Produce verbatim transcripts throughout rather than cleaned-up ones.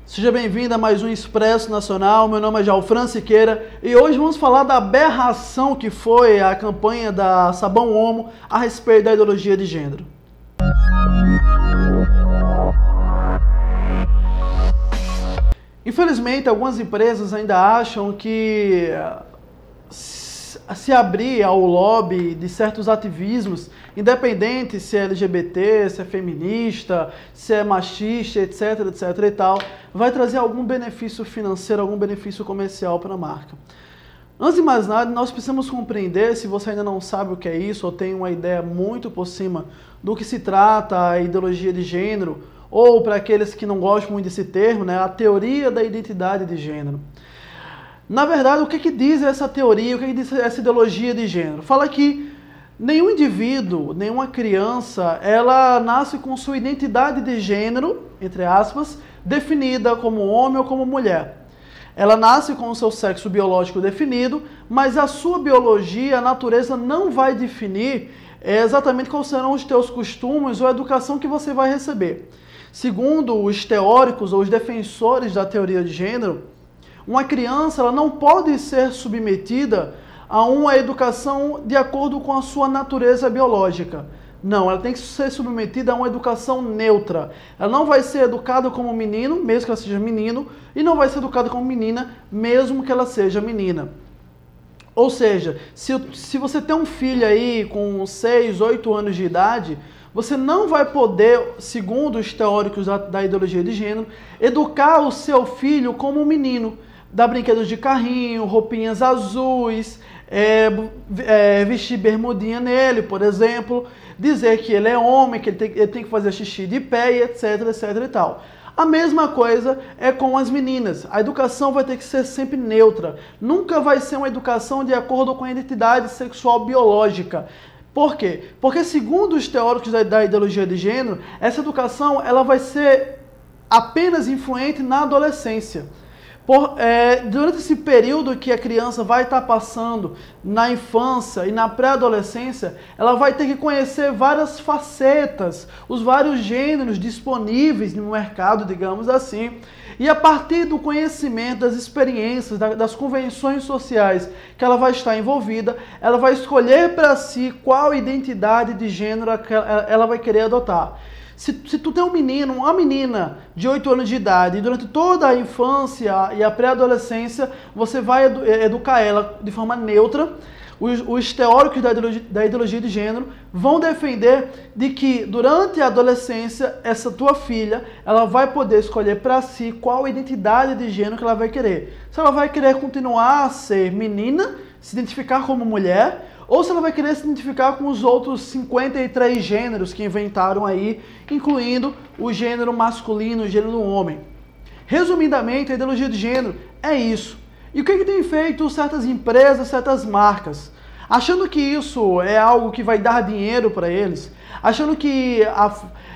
Seja bem-vindo a mais um Expresso Nacional. Meu nome é Jalfran Siqueira e hoje vamos falar da aberração que foi a campanha da Sabão Omo a respeito da ideologia de gênero. Infelizmente, algumas empresas ainda acham que se abrir ao lobby de certos ativismos, independente se é L G B T, se é feminista, se é machista, etc, etc e tal, vai trazer algum benefício financeiro, algum benefício comercial para a marca. Antes de mais nada, nós precisamos compreender, se você ainda não sabe o que é isso, ou tem uma ideia muito por cima do que se trata a ideologia de gênero, ou para aqueles que não gostam muito desse termo, né, a teoria da identidade de gênero. Na verdade, o que, que diz essa teoria, o que, que diz essa ideologia de gênero? Fala que nenhum indivíduo, nenhuma criança, ela nasce com sua identidade de gênero, entre aspas, definida como homem ou como mulher. Ela nasce com o seu sexo biológico definido, mas a sua biologia, a natureza não vai definir exatamente quais serão os teus costumes ou a educação que você vai receber. Segundo os teóricos ou os defensores da teoria de gênero, uma criança ela não pode ser submetida a uma educação de acordo com a sua natureza biológica. Não, ela tem que ser submetida a uma educação neutra. Ela não vai ser educada como menino, mesmo que ela seja menino, e não vai ser educada como menina, mesmo que ela seja menina. Ou seja, se, se você tem um filho aí com seis, oito anos de idade, você não vai poder, segundo os teóricos da, da ideologia de gênero, educar o seu filho como um menino. Dar brinquedos de carrinho, roupinhas azuis, é, é, vestir bermudinha nele, por exemplo, dizer que ele é homem, que ele tem, ele tem que fazer xixi de pé, etc, etc e tal. A mesma coisa é com as meninas. A educação vai ter que ser sempre neutra. Nunca vai ser uma educação de acordo com a identidade sexual biológica. Por quê? Porque segundo os teóricos da, da ideologia de gênero, essa educação ela vai ser apenas influente na adolescência. Por, é, durante esse período que a criança vai estar passando na infância e na pré-adolescência, ela vai ter que conhecer várias facetas, os vários gêneros disponíveis no mercado, digamos assim. E a partir do conhecimento, das experiências, das convenções sociais que ela vai estar envolvida, ela vai escolher para si qual identidade de gênero ela vai querer adotar. Se, se tu tem um menino, uma menina de oito anos de idade, e durante toda a infância e a pré-adolescência, você vai edu educar ela de forma neutra, os, os teóricos da ideologia, da ideologia de gênero vão defender de que durante a adolescência, essa tua filha, ela vai poder escolher para si qual identidade de gênero que ela vai querer. Se ela vai querer continuar a ser menina, se identificar como mulher, ou se ela vai querer se identificar com os outros cinquenta e três gêneros que inventaram aí, incluindo o gênero masculino, o gênero homem. Resumidamente, a ideologia de gênero é isso. E o que, que tem feito certas empresas, certas marcas? Achando que isso é algo que vai dar dinheiro para eles, achando que a,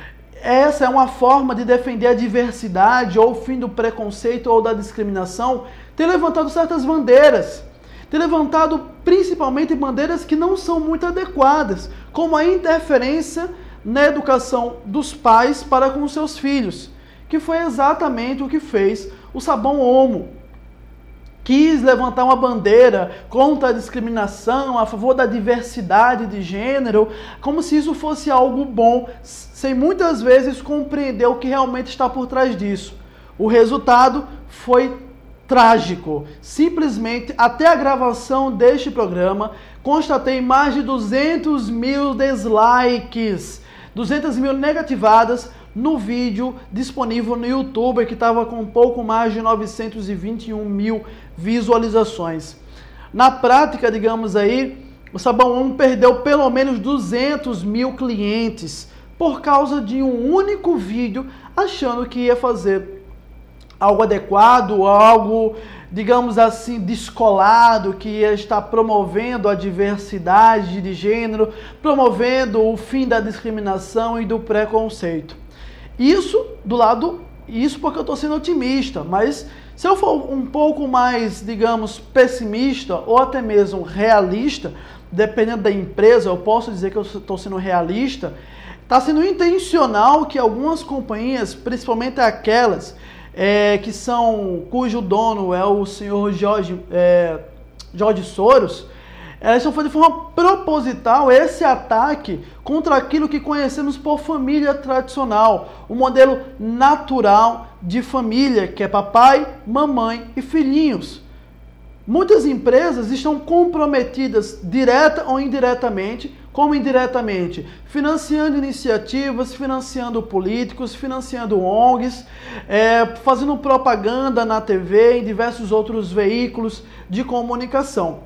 essa é uma forma de defender a diversidade ou o fim do preconceito ou da discriminação, tem levantado certas bandeiras. Tem levantado principalmente bandeiras que não são muito adequadas, como a interferência na educação dos pais para com seus filhos, que foi exatamente o que fez o Sabão Omo. Quis levantar uma bandeira contra a discriminação, a favor da diversidade de gênero, como se isso fosse algo bom, sem muitas vezes compreender o que realmente está por trás disso. O resultado foi trágico. Simplesmente, até a gravação deste programa, constatei mais de duzentos mil dislikes, duzentas mil negativadas no vídeo disponível no YouTube, que estava com um pouco mais de novecentos e vinte e um mil visualizações. Na prática, digamos aí, o Sabão Omo perdeu pelo menos duzentos mil clientes por causa de um único vídeo, achando que ia fazer algo adequado, algo, digamos assim, descolado, que ia estar promovendo a diversidade de gênero, promovendo o fim da discriminação e do preconceito. Isso do lado, isso porque eu estou sendo otimista, mas se eu for um pouco mais, digamos, pessimista ou até mesmo realista, dependendo da empresa, eu posso dizer que eu estou sendo realista, está sendo intencional que algumas companhias, principalmente aquelas é, que são, cujo dono é o senhor George, é, George Soros, elas estão fazendo de forma proposital esse ataque contra aquilo que conhecemos por família tradicional, o modelo natural de família, que é papai, mamãe e filhinhos. Muitas empresas estão comprometidas, direta ou indiretamente, como indiretamente, financiando iniciativas, financiando políticos, financiando O N Gs, é, fazendo propaganda na T V, em diversos outros veículos de comunicação.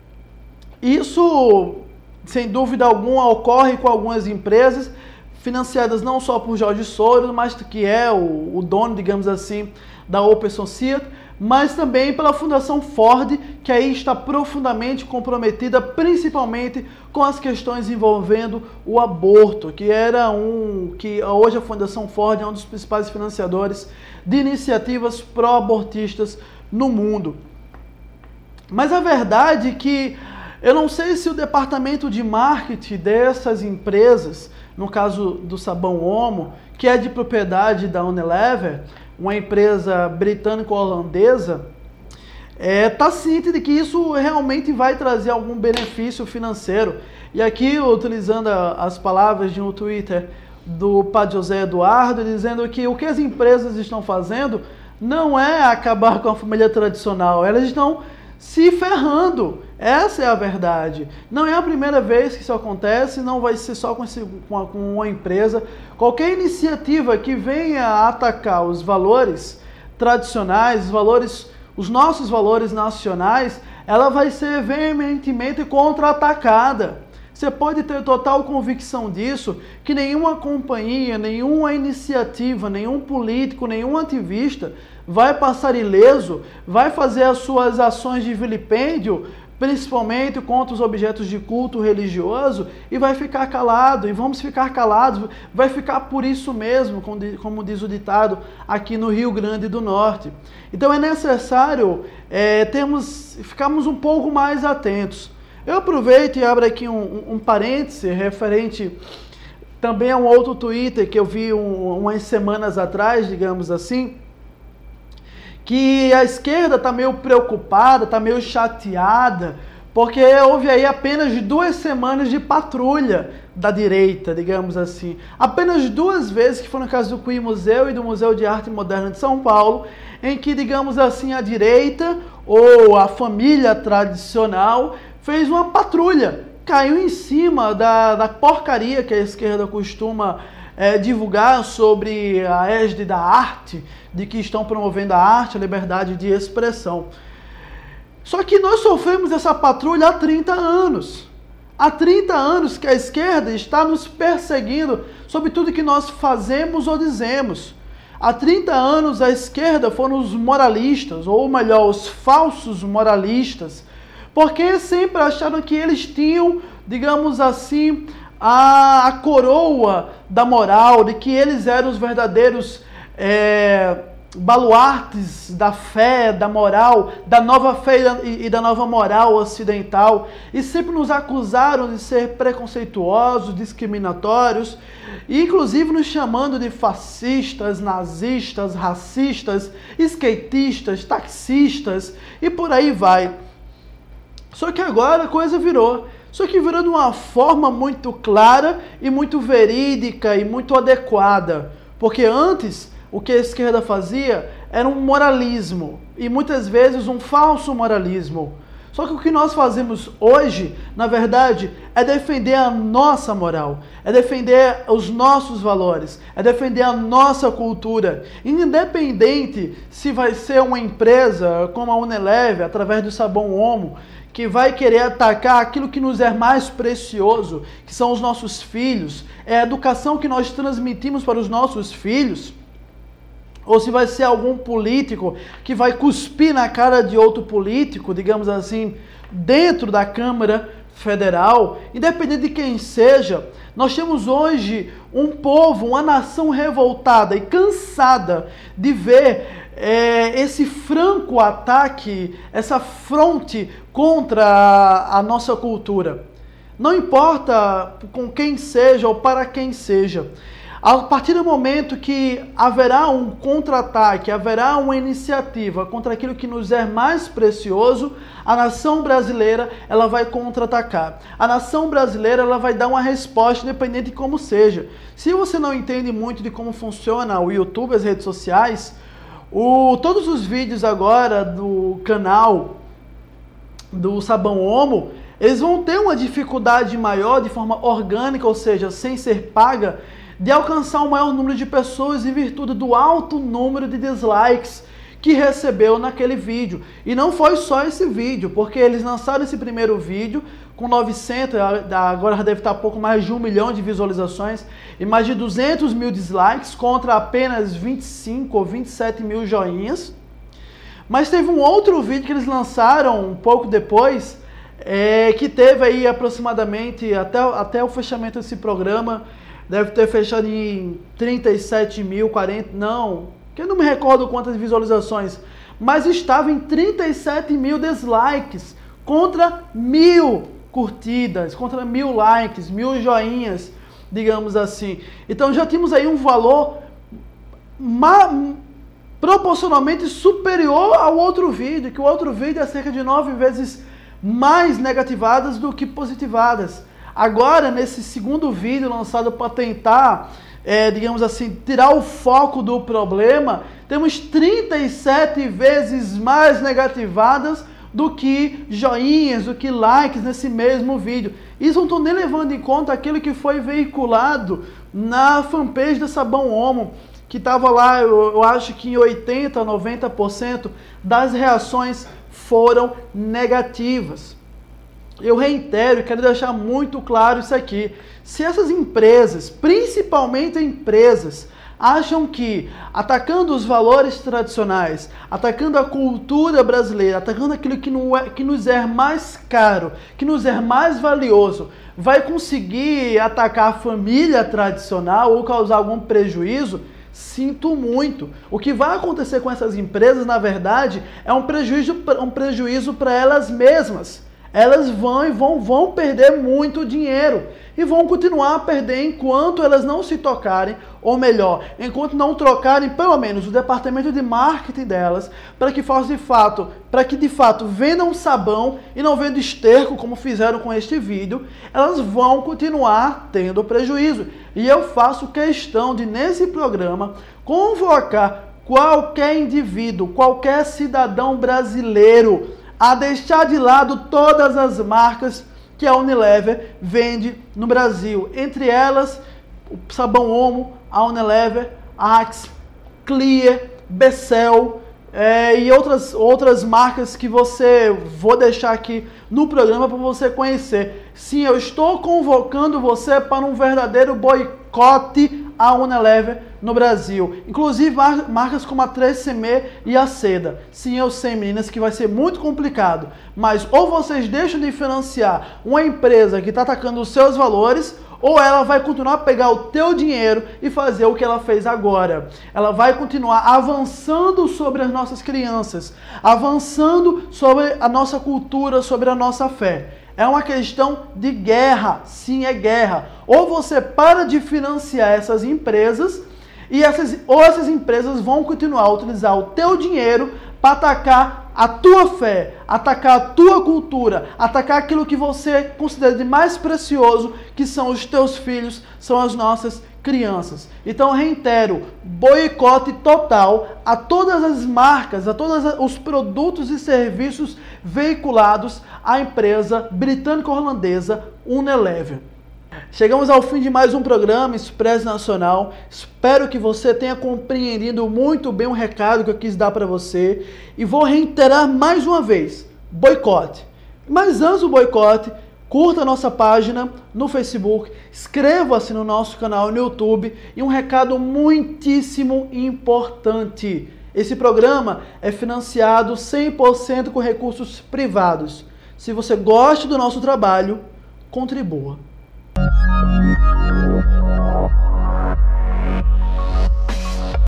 Isso, sem dúvida alguma, ocorre com algumas empresas, financiadas não só por George Soros, mas que é o, o dono, digamos assim, da Open Society, mas também pela Fundação Ford, que aí está profundamente comprometida, principalmente com as questões envolvendo o aborto, que era um, que hoje a Fundação Ford é um dos principais financiadores de iniciativas pró-abortistas no mundo. Mas a verdade é que eu não sei se o departamento de marketing dessas empresas, no caso do sabão Omo, que é de propriedade da Unilever, uma empresa britânico-holandesa, está é, ciente de que isso realmente vai trazer algum benefício financeiro. E aqui, utilizando a, as palavras de um Twitter do Padre José Eduardo, dizendo que o que as empresas estão fazendo não é acabar com a família tradicional, elas estão se ferrando. Essa é a verdade. Não é a primeira vez que isso acontece, não vai ser só com, esse, com, a, com uma empresa. Qualquer iniciativa que venha atacar os valores tradicionais, os valores, os nossos valores nacionais, ela vai ser veementemente contra-atacada. Você pode ter total convicção disso, que nenhuma companhia, nenhuma iniciativa, nenhum político, nenhum ativista vai passar ileso, vai fazer as suas ações de vilipêndio, principalmente contra os objetos de culto religioso, e vai ficar calado, e vamos ficar calados, vai ficar por isso mesmo, como diz o ditado aqui no Rio Grande do Norte. Então é necessário é, termos, ficarmos um pouco mais atentos. Eu aproveito e abro aqui um, um parêntese referente também a um outro Twitter que eu vi um, umas semanas atrás, digamos assim, que a esquerda está meio preocupada, está meio chateada, porque houve aí apenas duas semanas de patrulha da direita, digamos assim. Apenas duas vezes, que foi no caso do Cui Museu e do Museu de Arte Moderna de São Paulo, em que, digamos assim, a direita ou a família tradicional fez uma patrulha, caiu em cima da, da porcaria que a esquerda costuma é, divulgar sobre a égide da arte, de que estão promovendo a arte, a liberdade de expressão. Só que nós sofremos essa patrulha há trinta anos. Há trinta anos que a esquerda está nos perseguindo sobre tudo que nós fazemos ou dizemos. Há trinta anos a esquerda foram os moralistas, ou melhor, os falsos moralistas, porque sempre acharam que eles tinham, digamos assim, a, a coroa da moral, de que eles eram os verdadeiros é, baluartes da fé, da moral, da nova fé e, e da nova moral ocidental, e sempre nos acusaram de ser preconceituosos, discriminatórios, e inclusive nos chamando de fascistas, nazistas, racistas, skatistas, taxistas, e por aí vai. Só que agora a coisa virou. Só que virou de uma forma muito clara e muito verídica e muito adequada. Porque antes, o que a esquerda fazia era um moralismo. E muitas vezes um falso moralismo. Só que o que nós fazemos hoje, na verdade, é defender a nossa moral. É defender os nossos valores. É defender a nossa cultura. Independente se vai ser uma empresa como a Unilever, através do sabão Omo, que vai querer atacar aquilo que nos é mais precioso, que são os nossos filhos, é a educação que nós transmitimos para os nossos filhos, ou se vai ser algum político que vai cuspir na cara de outro político, digamos assim, dentro da Câmara Federal, independente de quem seja, nós temos hoje um povo, uma nação revoltada e cansada de ver É, esse franco ataque, essa fronte contra a, a nossa cultura. Não importa com quem seja ou para quem seja. A partir do momento que haverá um contra-ataque, haverá uma iniciativa contra aquilo que nos é mais precioso, a nação brasileira ela vai contra-atacar. A nação brasileira ela vai dar uma resposta independente de como seja. Se você não entende muito de como funciona o YouTube, as redes sociais, o, todos os vídeos agora do canal do Sabão Omo, eles vão ter uma dificuldade maior de forma orgânica, ou seja, sem ser paga, de alcançar um maior número de pessoas em virtude do alto número de dislikes que recebeu naquele vídeo. E não foi só esse vídeo, porque eles lançaram esse primeiro vídeo com novecentos, agora já deve estar pouco mais de um milhão de visualizações e mais de duzentos mil dislikes contra apenas vinte e cinco ou vinte e sete mil joinhas. Mas teve um outro vídeo que eles lançaram um pouco depois, é, que teve aí aproximadamente, até, até o fechamento desse programa, deve ter fechado em trinta e sete mil, quarenta, não, que eu não me recordo quantas visualizações, mas estava em trinta e sete mil dislikes, contra mil curtidas, contra mil likes, mil joinhas, digamos assim. Então já tínhamos aí um valor proporcionalmente superior ao outro vídeo, que o outro vídeo é cerca de nove vezes mais negativadas do que positivadas. Agora, nesse segundo vídeo lançado para tentar, é, digamos assim, tirar o foco do problema, temos trinta e sete vezes mais negativadas do que joinhas, do que likes nesse mesmo vídeo. Isso não estou nem levando em conta aquilo que foi veiculado na fanpage da Sabão Omo, que estava lá, eu, eu acho que em oitenta por cento, noventa por cento das reações foram negativas. Eu reitero e quero deixar muito claro isso aqui. Se essas empresas, principalmente empresas, acham que atacando os valores tradicionais, atacando a cultura brasileira, atacando aquilo que, não é, que nos é mais caro, que nos é mais valioso, vai conseguir atacar a família tradicional ou causar algum prejuízo, sinto muito. O que vai acontecer com essas empresas, na verdade, é um prejuízo, um prejuízo para elas mesmas. Elas vão e vão, vão perder muito dinheiro e vão continuar a perder enquanto elas não se tocarem, ou melhor, enquanto não trocarem pelo menos o departamento de marketing delas para que faça de fato, para que de fato vendam sabão e não vendam esterco como fizeram com este vídeo, elas vão continuar tendo prejuízo. E eu faço questão de nesse programa convocar qualquer indivíduo, qualquer cidadão brasileiro a deixar de lado todas as marcas que a Unilever vende no Brasil. Entre elas, o Sabão Omo, a Unilever, a Axe, Clear, Becel é, e outras, outras marcas que você vou deixar aqui no programa para você conhecer. Sim, eu estou convocando você para um verdadeiro boicote à Unilever no Brasil. Inclusive mar marcas como a três C M e a Seda. Sim, eu sei, meninas, que vai ser muito complicado. Mas ou vocês deixam de financiar uma empresa que está atacando os seus valores, ou ela vai continuar a pegar o teu dinheiro e fazer o que ela fez agora. Ela vai continuar avançando sobre as nossas crianças, avançando sobre a nossa cultura, sobre a nossa fé. É uma questão de guerra, sim, é guerra. Ou você para de financiar essas empresas, e essas, ou essas empresas vão continuar a utilizar o teu dinheiro para atacar a tua fé, atacar a tua cultura, atacar aquilo que você considera de mais precioso, que são os teus filhos, são as nossas crianças. Então, reitero, boicote total a todas as marcas, a todos os produtos e serviços veiculados à empresa britânico-holandesa Unilever. Chegamos ao fim de mais um programa Expresso Nacional. Espero que você tenha compreendido muito bem o recado que eu quis dar para você. E vou reiterar mais uma vez, boicote. Mas antes do boicote, curta a nossa página no Facebook, inscreva-se no nosso canal no YouTube. E um recado muitíssimo importante. Esse programa é financiado cem por cento com recursos privados. Se você gosta do nosso trabalho, contribua.